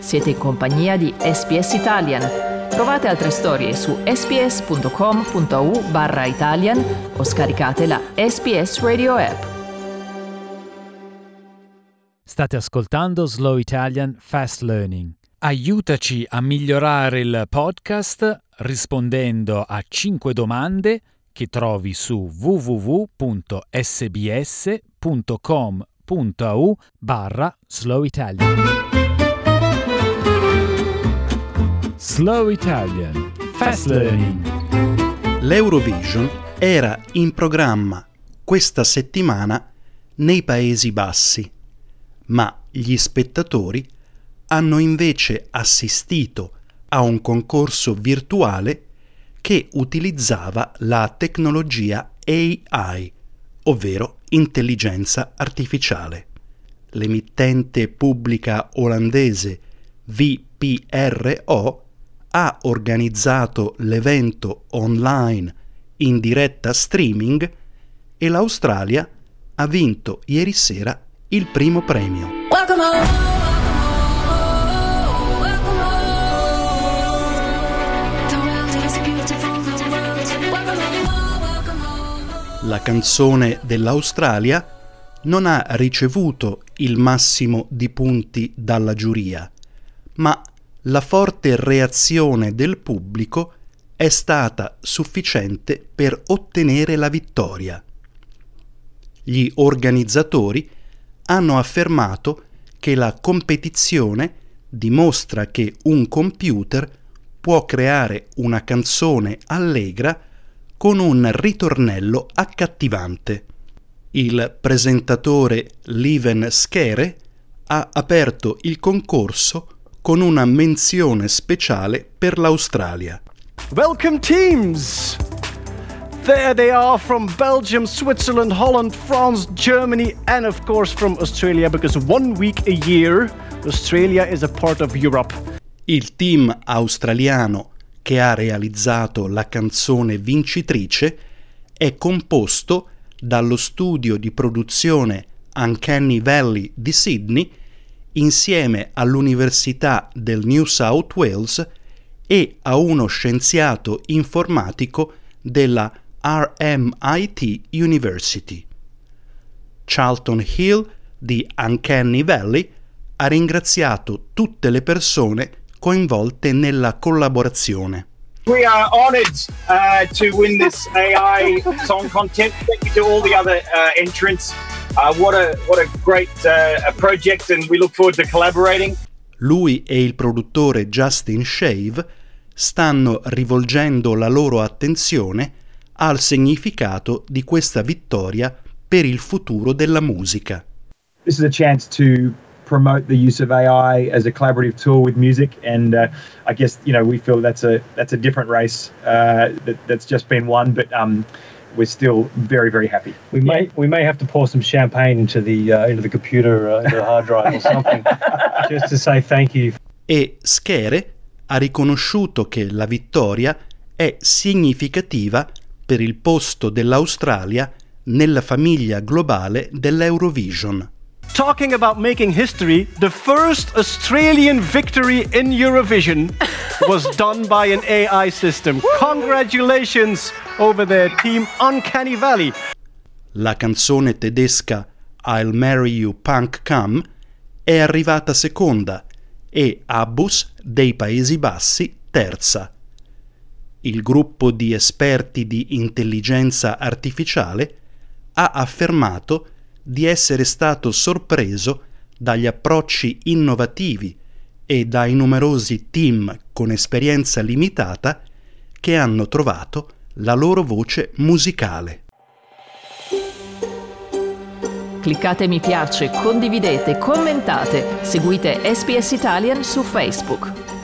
Siete in compagnia di SPS Italian. Trovate altre storie su sps.com.au/Italian o scaricate la SPS Radio app. State ascoltando Slow Italian Fast Learning. Aiutaci a migliorare il podcast rispondendo a 5 domande che trovi su www.sbs.com.au/Slow Italian. Slow Italian Fast Learning. L'Eurovision era in programma questa settimana nei Paesi Bassi, ma gli spettatori hanno invece assistito a un concorso virtuale che utilizzava la tecnologia AI, ovvero intelligenza artificiale. L'emittente pubblica olandese VPRO ha organizzato l'evento online in diretta streaming e l'Australia ha vinto ieri sera il primo premio. La canzone dell'Australia non ha ricevuto il massimo di punti dalla giuria, ma la forte reazione del pubblico è stata sufficiente per ottenere la vittoria. Gli organizzatori hanno affermato che la competizione dimostra che un computer può creare una canzone allegra con un ritornello accattivante. Il presentatore Leven Skere ha aperto il concorso con una menzione speciale per l'Australia. Welcome teams! There they are from Belgium, Switzerland, Holland, France, Germany and of course from Australia, because 1 week a year Australia is a part of Europe. Il team australiano che ha realizzato la canzone vincitrice è composto dallo studio di produzione Uncanny Valley di Sydney insieme all'Università del New South Wales e a uno scienziato informatico della RMIT University. Charlton Hill di Uncanny Valley ha ringraziato tutte le persone coinvolte nella collaborazione. We are honored to win this AI song contest. Thank you to all the other entrants. What a great project, and we look forward to collaborating. Lui e il produttore Justin Shave stanno rivolgendo la loro attenzione al significato di questa vittoria per il futuro della musica. This is a chance to promote the use of AI as a collaborative tool with music, and I guess we feel that's a different race that's just been won, but we're still very, very happy. We may have to pour some champagne into the computer, into the hard drive or something, just to say thank you. E Skere ha riconosciuto che la vittoria è significativa per il posto dell'Australia nella famiglia globale dell'Eurovision. Talking about making history, the first Australian victory in Eurovision was done by an AI system. Congratulations over there, team Uncanny Valley. La canzone tedesca I'll Marry You Punk Come è arrivata seconda e Abus dei Paesi Bassi terza. Il gruppo di esperti di intelligenza artificiale ha affermato di essere stato sorpreso dagli approcci innovativi e dai numerosi team con esperienza limitata che hanno trovato la loro voce musicale. Cliccate mi piace, condividete, commentate, seguite SPS Italian su Facebook.